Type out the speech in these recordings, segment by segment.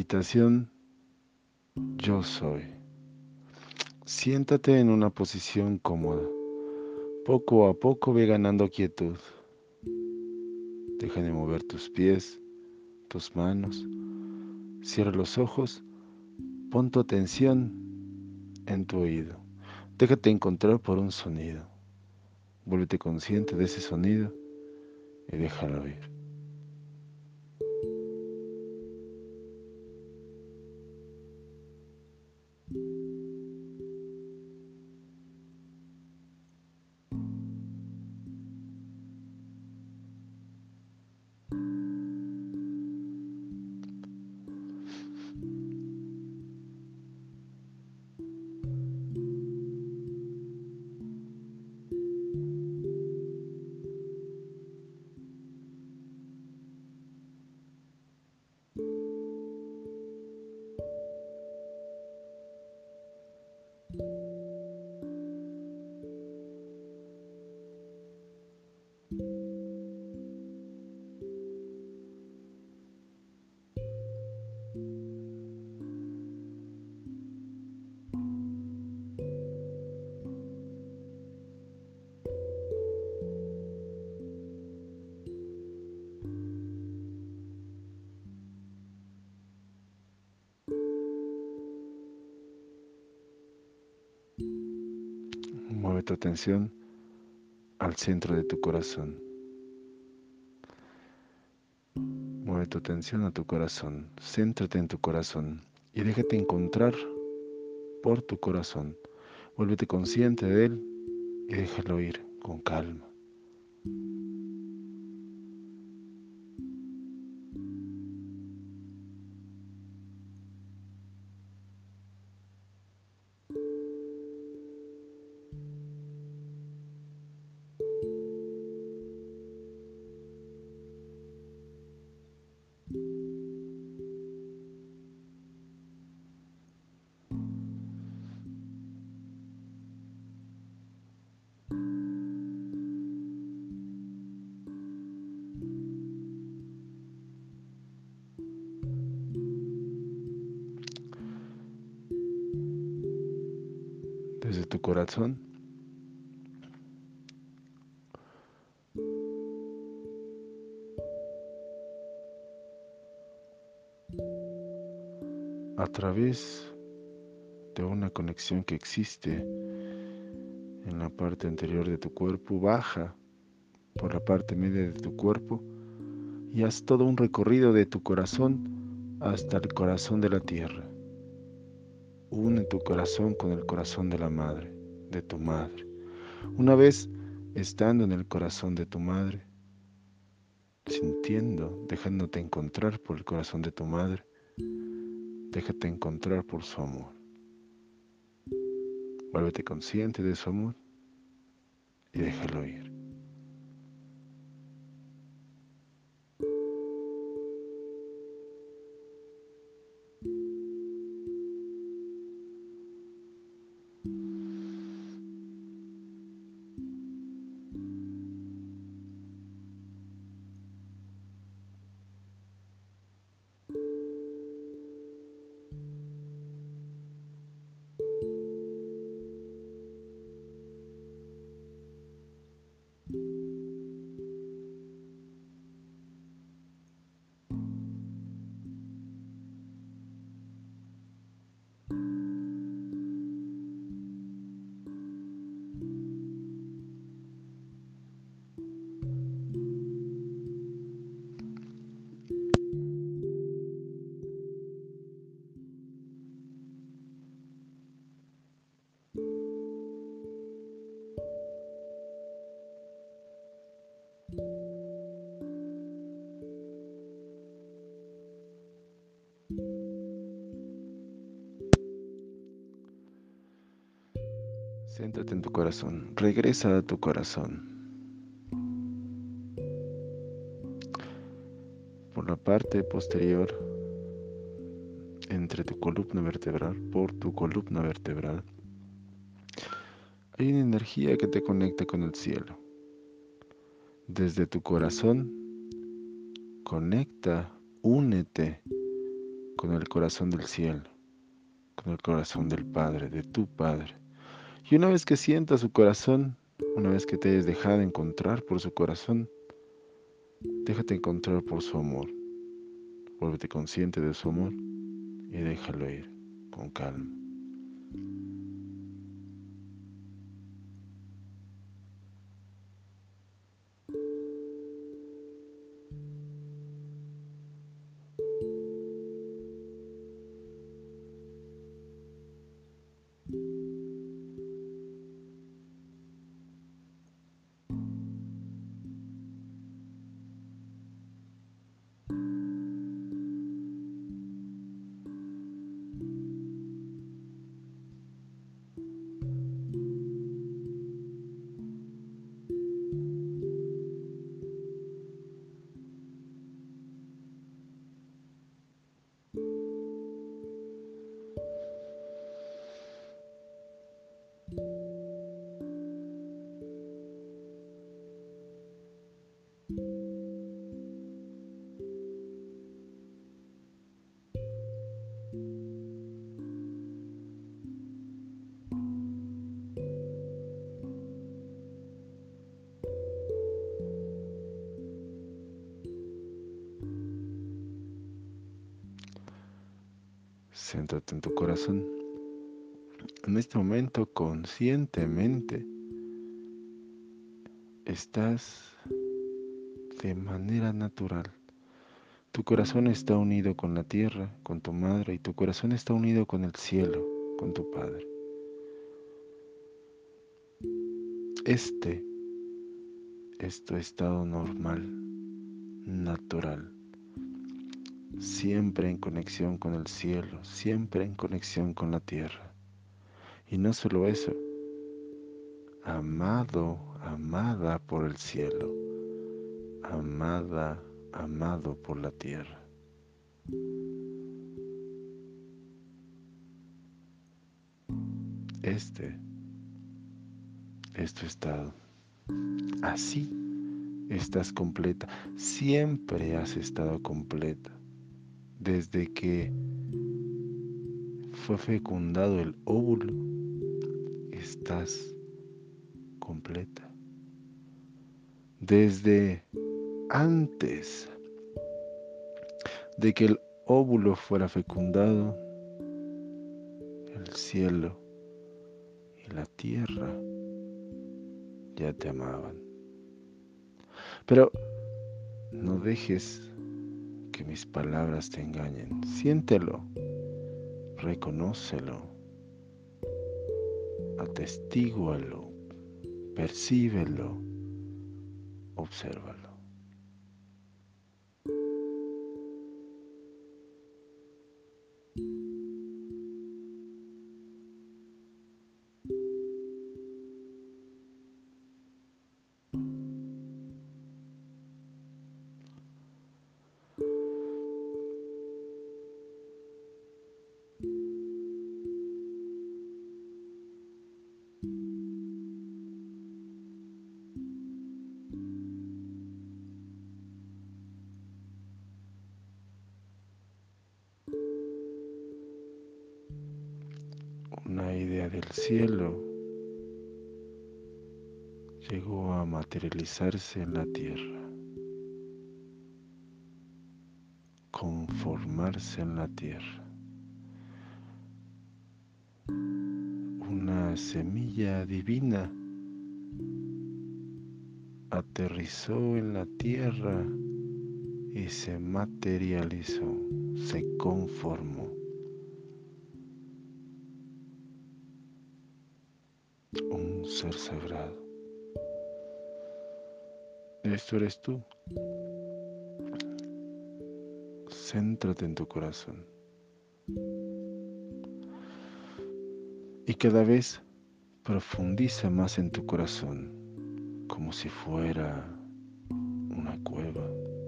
Meditación Yo Soy. Siéntate en una posición cómoda. Poco a poco ve ganando quietud. Deja de mover tus pies, tus manos. Cierra los ojos. Pon tu atención en tu oído. Déjate encontrar por un sonido. Vuélvete consciente de ese sonido y déjalo ir. Mueve tu atención al centro de tu corazón. Mueve tu atención a tu corazón. Céntrate en tu corazón y déjate encontrar por tu corazón. Vuélvete consciente de él y déjalo ir con calma. Desde tu corazón, a través de una conexión que existe en la parte anterior de tu cuerpo, baja por la parte media de tu cuerpo y haz todo un recorrido de tu corazón hasta el corazón de la tierra. Une tu corazón con el corazón de la madre, de tu madre. Una vez estando en el corazón de tu madre, sintiendo, dejándote encontrar por el corazón de tu madre, déjate encontrar por su amor. Vuélvete consciente de su amor y déjalo ir. Céntrate en tu corazón, regresa a tu corazón. Por la parte posterior, entre tu columna vertebral, por tu columna vertebral, hay una energía que te conecta con el cielo. Desde tu corazón, conecta, únete con el corazón del cielo, con el corazón del Padre, de tu Padre. Y una vez que sientas su corazón, una vez que te hayas dejado encontrar por su corazón, déjate encontrar por su amor. Vuélvete consciente de su amor y déjalo ir con calma. Céntrate en tu corazón. En este momento, conscientemente, estás de manera natural. Tu corazón está unido con la tierra, con tu madre, y tu corazón está unido con el cielo, con tu Padre. Este es tu estado normal, natural, siempre en conexión con el cielo, siempre en conexión con la tierra. Y no solo eso, amado, amada por el cielo, amada, amado por la tierra. Este es tu estado. Así estás completa. Siempre has estado completa. Desde que fue fecundado el óvulo, estás completa. Desde antes de que el óvulo fuera fecundado, el cielo y la tierra ya te amaban. Pero no dejes que mis palabras te engañen. Siéntelo, reconócelo, atestígualo, percíbelo, obsérvalo. Una idea del cielo llegó a materializarse en la tierra, conformarse en la tierra. Una semilla divina aterrizó en la tierra y se materializó, se conformó. Un ser sagrado. Esto eres tú. Céntrate en tu corazón. Y cada vez profundiza más en tu corazón, como si fuera una cueva.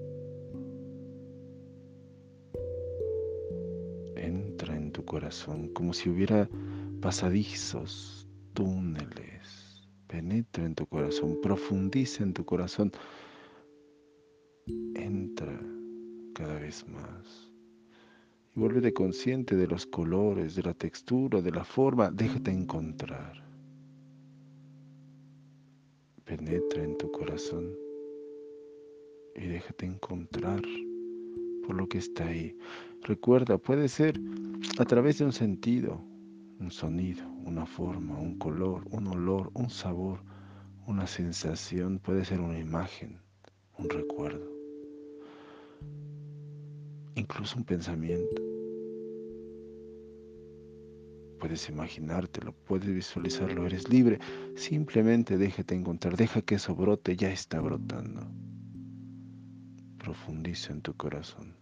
Entra en tu corazón como si hubiera pasadizos, túneles. Penetra en tu corazón, profundiza en tu corazón. Entra cada vez más Y vuélvete consciente de los colores, de la textura, de la forma. Déjate encontrar. Penetra en tu corazón y déjate encontrar por lo que está ahí. Recuerda, puede ser a través de un sentido, un sonido, una forma, un color, un olor, un sabor, una sensación, puede ser una imagen, un recuerdo, incluso un pensamiento. Puedes imaginártelo, puedes visualizarlo, eres libre. Simplemente déjate encontrar, deja que eso brote, ya está brotando. Profundiza en tu corazón.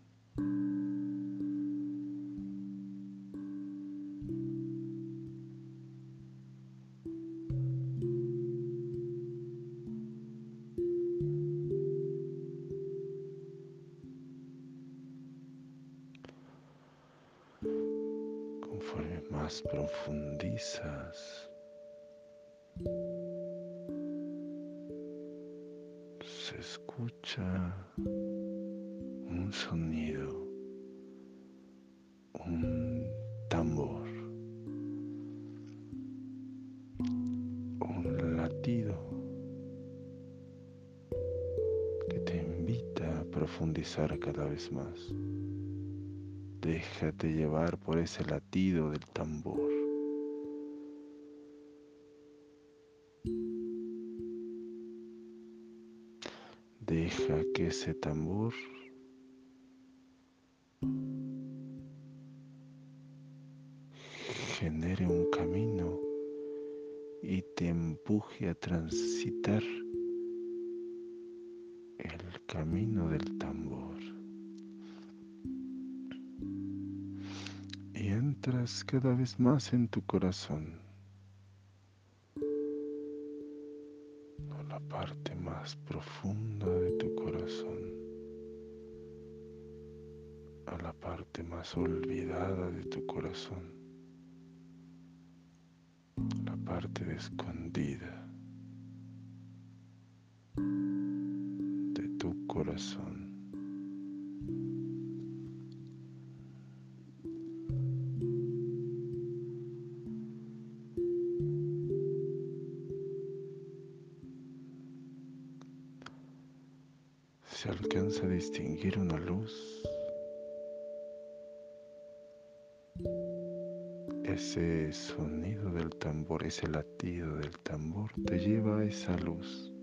Conforme más profundizas, se escucha un sonido, un tambor, un latido que te invita a profundizar cada vez más. Déjate llevar por ese latido del tambor. Deja que ese tambor genere un camino y te empuje a transitar el camino del tambor. Y entras cada vez más en tu corazón, a la parte más profunda de tu corazón, a la parte más olvidada de tu corazón, la parte escondida de tu corazón. Se alcanza a distinguir una luz. Ese sonido del tambor, ese latido del tambor te lleva a esa luz.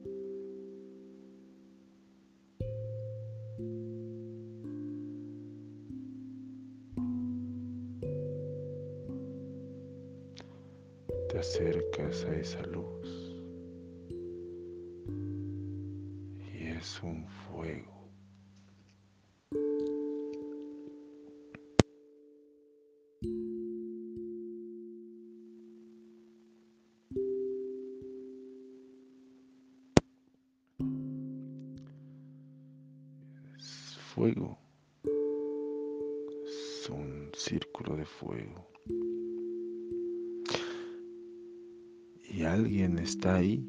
Te acercas a esa luz y es un fuego. Es fuego, es un círculo de fuego. Y alguien está ahí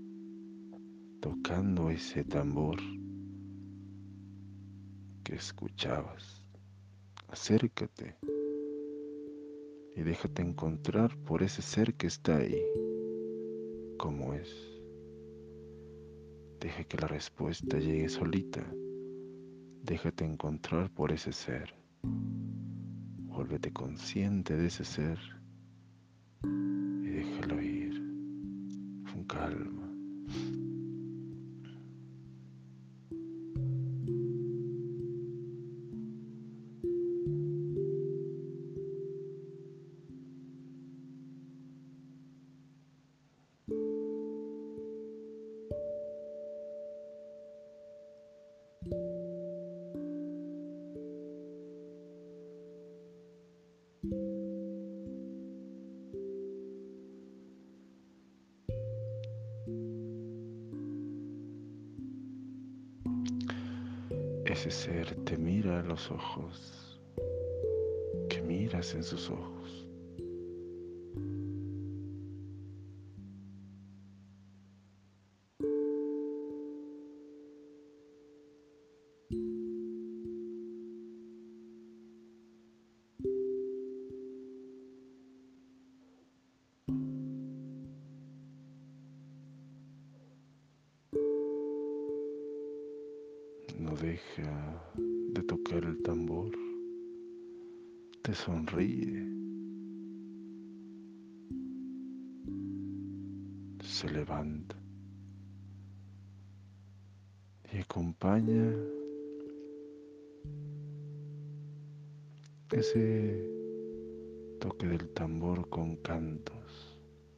tocando ese tambor que escuchabas. Acércate y déjate encontrar por ese ser que está ahí, como es. Deja que la respuesta llegue solita. Déjate encontrar por ese ser. Vuélvete consciente de ese ser y déjalo ir con calma. Ese ser te mira a los ojos, que miras en sus ojos. no deja de tocar el tambor, te sonríe, se levanta y acompaña ese toque del tambor con cantos.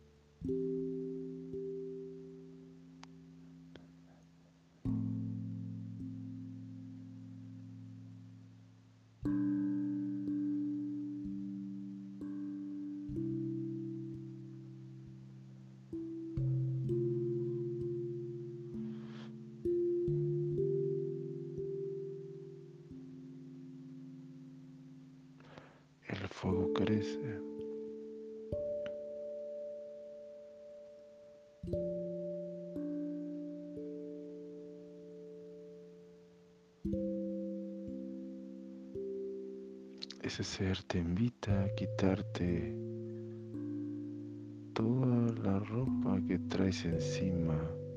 El fuego crece, ese ser te invita a quitarte toda la ropa que traes encima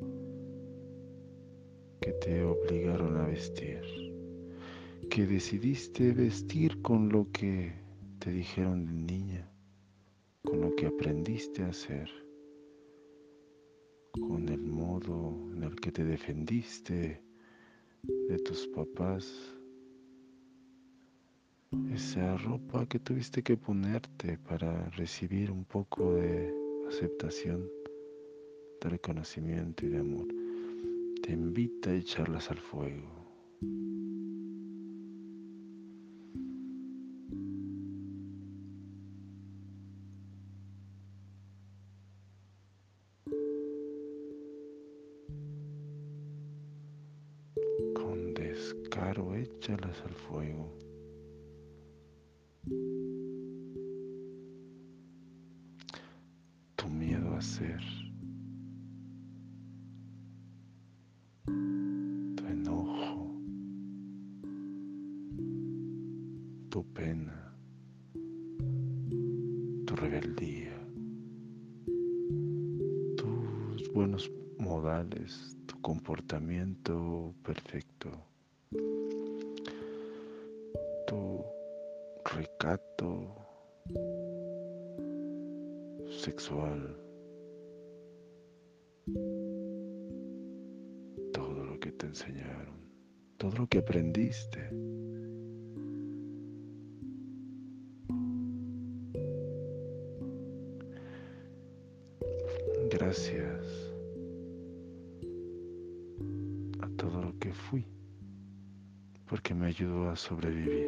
que te obligaron a vestir, que decidiste vestir con lo que te dijeron de niña, con lo que aprendiste a hacer, con el modo en el que te defendiste de tus papás, esa ropa que tuviste que ponerte para recibir un poco de aceptación, de reconocimiento y de amor. Te invita a echarlas al fuego. Con descaro, échalas al fuego. Tu miedo a ser, tu enojo, tu pena, tu rebeldía, tus buenos modales, tu comportamiento perfecto, tu recato sexual, todo lo que te enseñaron, todo lo que aprendiste. Gracias a todo lo que fui, porque me ayudó a sobrevivir.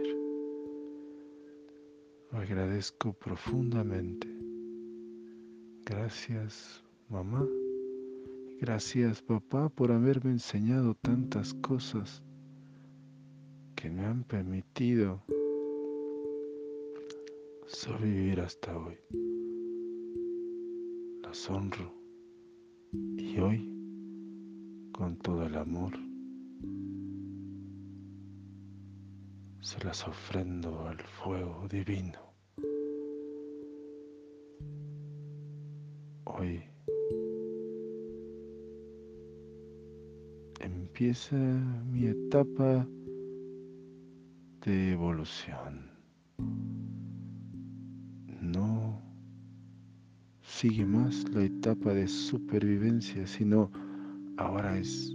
Lo agradezco profundamente. Gracias, mamá. Gracias, papá, por haberme enseñado tantas cosas que me han permitido sobrevivir hasta hoy. Las honro y hoy, con todo el amor, se las ofrendo al fuego divino. Hoy empieza mi etapa de evolución. No sigue más la etapa de supervivencia, sino ahora es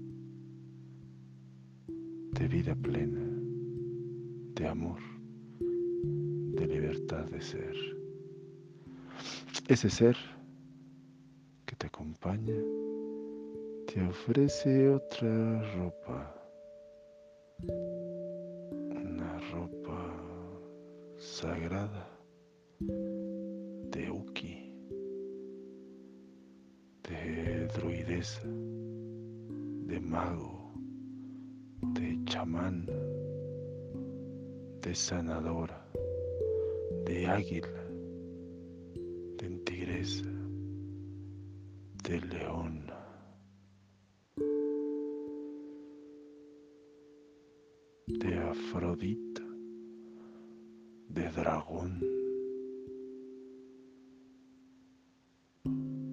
de vida plena, de amor, de libertad de ser. Ese ser que te acompaña te ofrece otra ropa, una ropa sagrada de Uki, de druidesa, de mago, de chamán, de sanadora, de águila, de tigresa, de leona, de Afrodita, de dragón,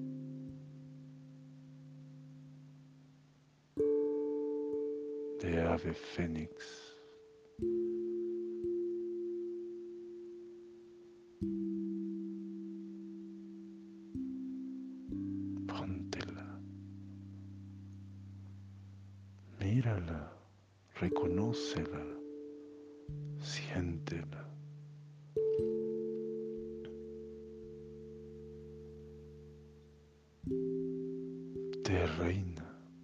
de ave fénix. Póntela, mírala, reconócela, siéntela. Te reina.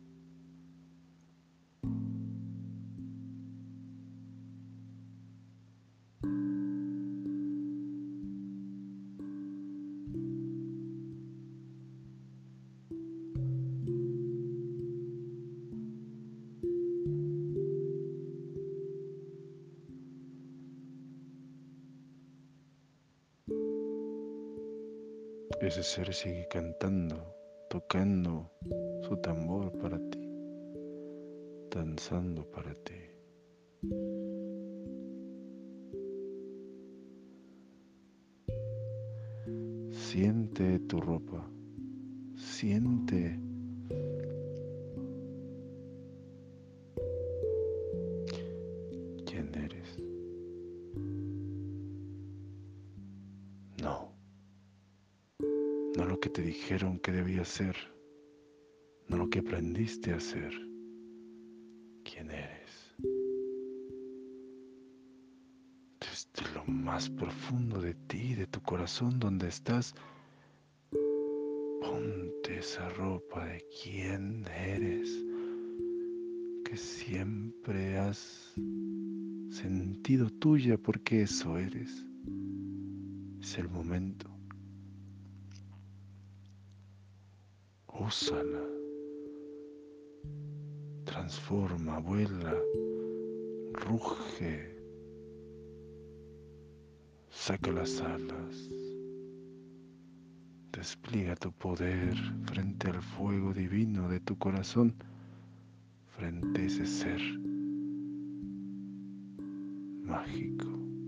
Ese ser sigue cantando, tocando su tambor para ti, danzando para ti. Siente tu ropa, siente quién eres. No, no lo que te dijeron que debías ser, no lo que aprendiste a ser. ¿Quién eres? Desde lo más profundo de ti, de tu corazón, donde estás, ponte esa ropa de quién eres, que siempre has sentido tuya, porque eso eres. Es el momento. Úsala. Transforma, vuela, ruge, saca las alas, despliega tu poder frente al fuego divino de tu corazón, frente a ese ser mágico.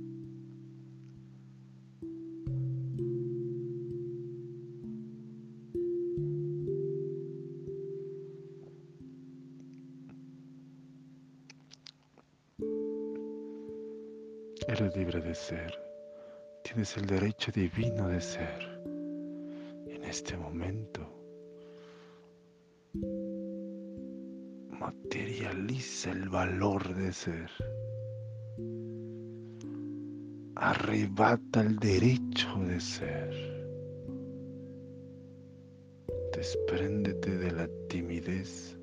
Eres libre de ser, tienes el derecho divino de ser. En este momento, materializa el valor de ser. Arrebata el derecho de ser. Despréndete de la timidez,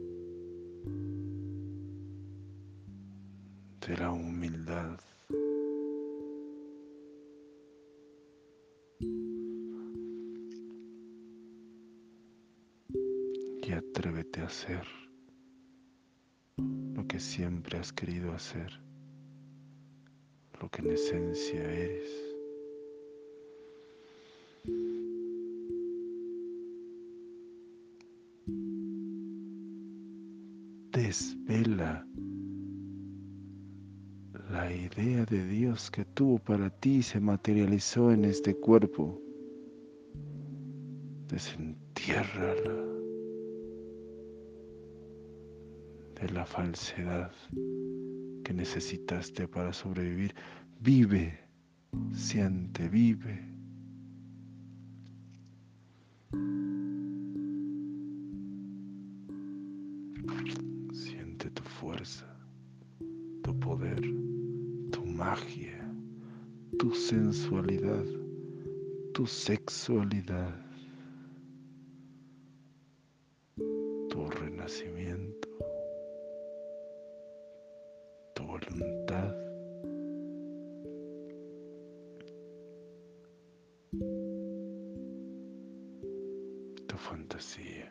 de la humildad. Y atrévete a hacer lo que siempre has querido hacer, lo que en esencia eres. Desvela la idea de Dios que tuvo para ti y se materializó en este cuerpo. Desentiérrala de la falsedad que necesitaste para sobrevivir. Vive, siente, vive. Siente tu fuerza, tu poder, tu magia, tu sensualidad, tu sexualidad, tu renacimiento, tu voluntad. Tu fantasía,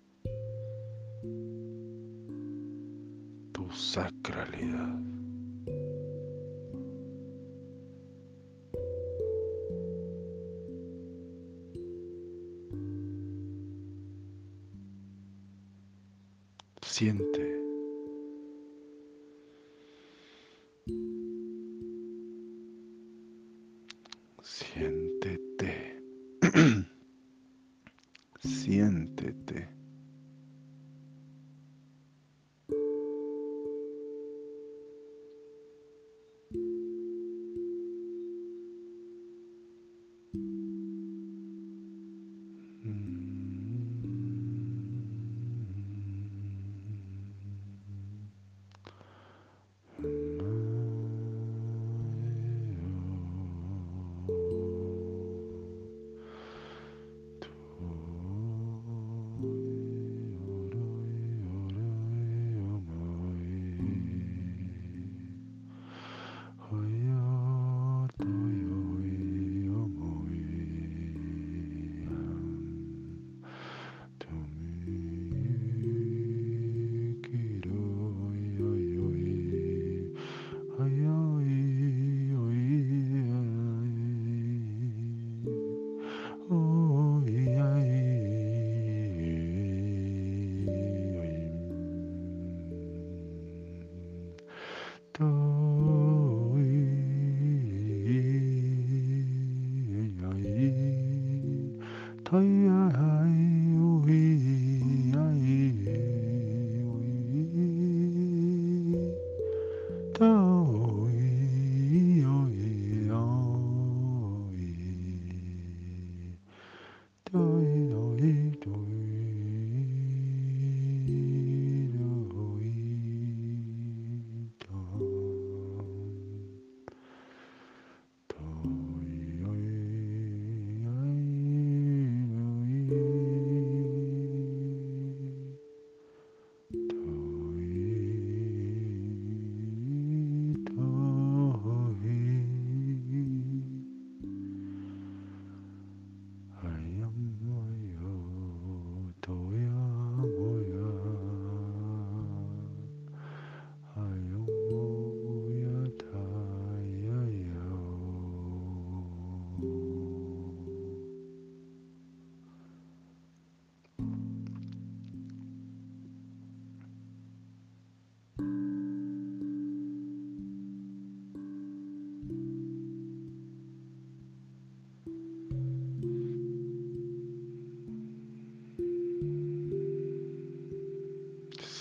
tu sacralidad. Siente, siéntete, siéntete.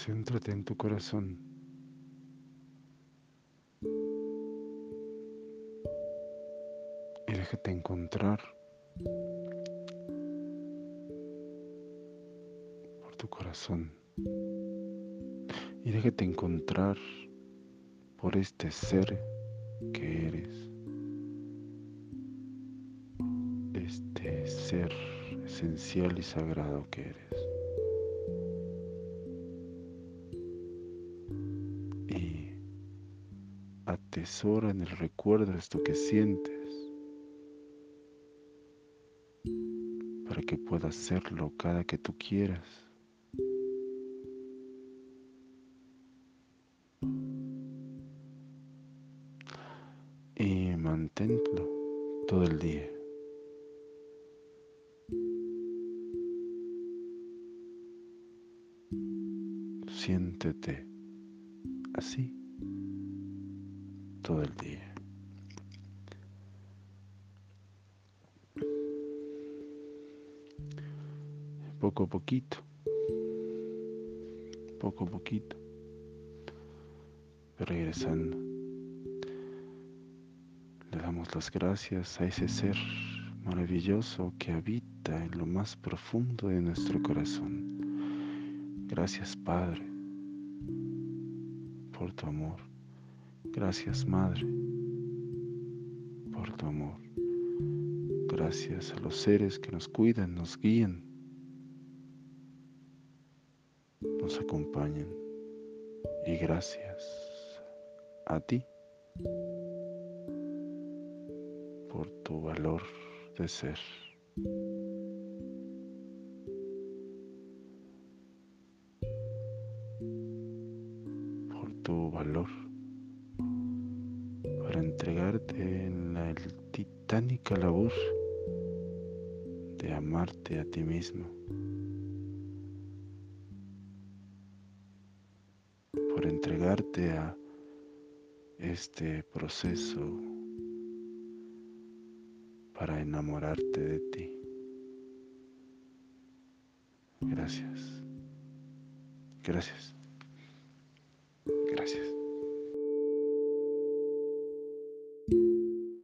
Céntrate en tu corazón. Y déjate encontrar por tu corazón. Y déjate encontrar por este ser que eres. Este ser esencial y sagrado que eres. Y atesora en el recuerdo esto que sientes para que puedas hacerlo cada que tú quieras. Y manténlo todo el día. Siéntete así todo el día. Poco a poquito, regresando. Le damos las gracias a ese ser maravilloso que habita en lo más profundo de nuestro corazón. Gracias, Padre, por tu amor. Gracias, Madre, por tu amor. Gracias a los seres que nos cuidan, nos guían, nos acompañan. Y gracias a ti por tu valor de ser. Por tu valor para entregarte en la titánica labor de amarte a ti mismo, por entregarte a este proceso para enamorarte de ti. Gracias, gracias, gracias.